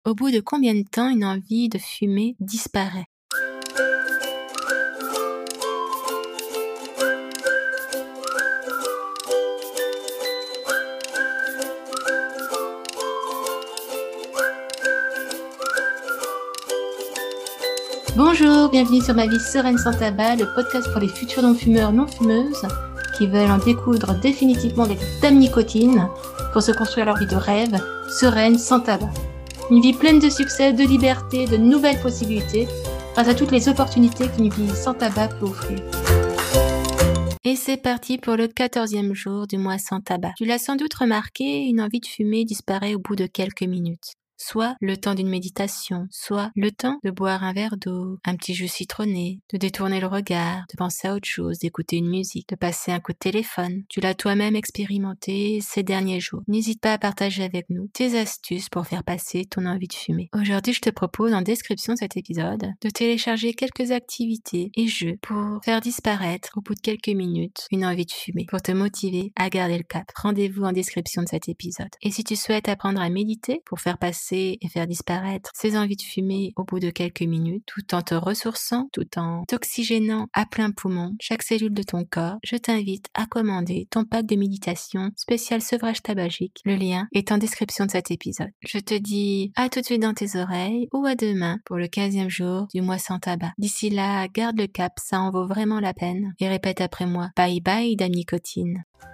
Au bout de combien de temps une envie de fumer disparaît? Bonjour, bienvenue sur Ma vie sereine sans tabac, le podcast pour les futurs non-fumeurs, non-fumeuses qui veulent en découdre définitivement avec dame nicotine pour se construire leur vie de rêve, sereine, sans tabac. Une vie pleine de succès, de liberté, de nouvelles possibilités, grâce à toutes les opportunités qu'une vie sans tabac peut offrir. Et c'est parti pour le 14e jour du mois sans tabac. Tu l'as sans doute remarqué, une envie de fumer disparaît au bout de quelques minutes. Soit le temps d'une méditation, soit le temps de boire un verre d'eau, un petit jus citronné, de détourner le regard, de penser à autre chose, d'écouter une musique, de passer un coup de téléphone. Tu l'as toi-même expérimenté ces derniers jours. N'hésite pas à partager avec nous tes astuces pour faire passer ton envie de fumer. Aujourd'hui, je te propose en description de cet épisode de télécharger quelques activités et jeux pour faire disparaître au bout de quelques minutes une envie de fumer, pour te motiver à garder le cap. Rendez-vous en description de cet épisode. Et si tu souhaites apprendre à méditer pour faire passer et faire disparaître ces envies de fumer au bout de quelques minutes, tout en te ressourçant, tout en t'oxygénant à plein poumon chaque cellule de ton corps, je t'invite à commander ton pack de méditation spécial sevrage tabagique. Le lien est en description de cet épisode. Je te dis à tout de suite dans tes oreilles ou à demain pour le 15e jour du mois sans tabac. D'ici là, garde le cap, ça en vaut vraiment la peine. Et répète après moi, bye bye dame nicotine.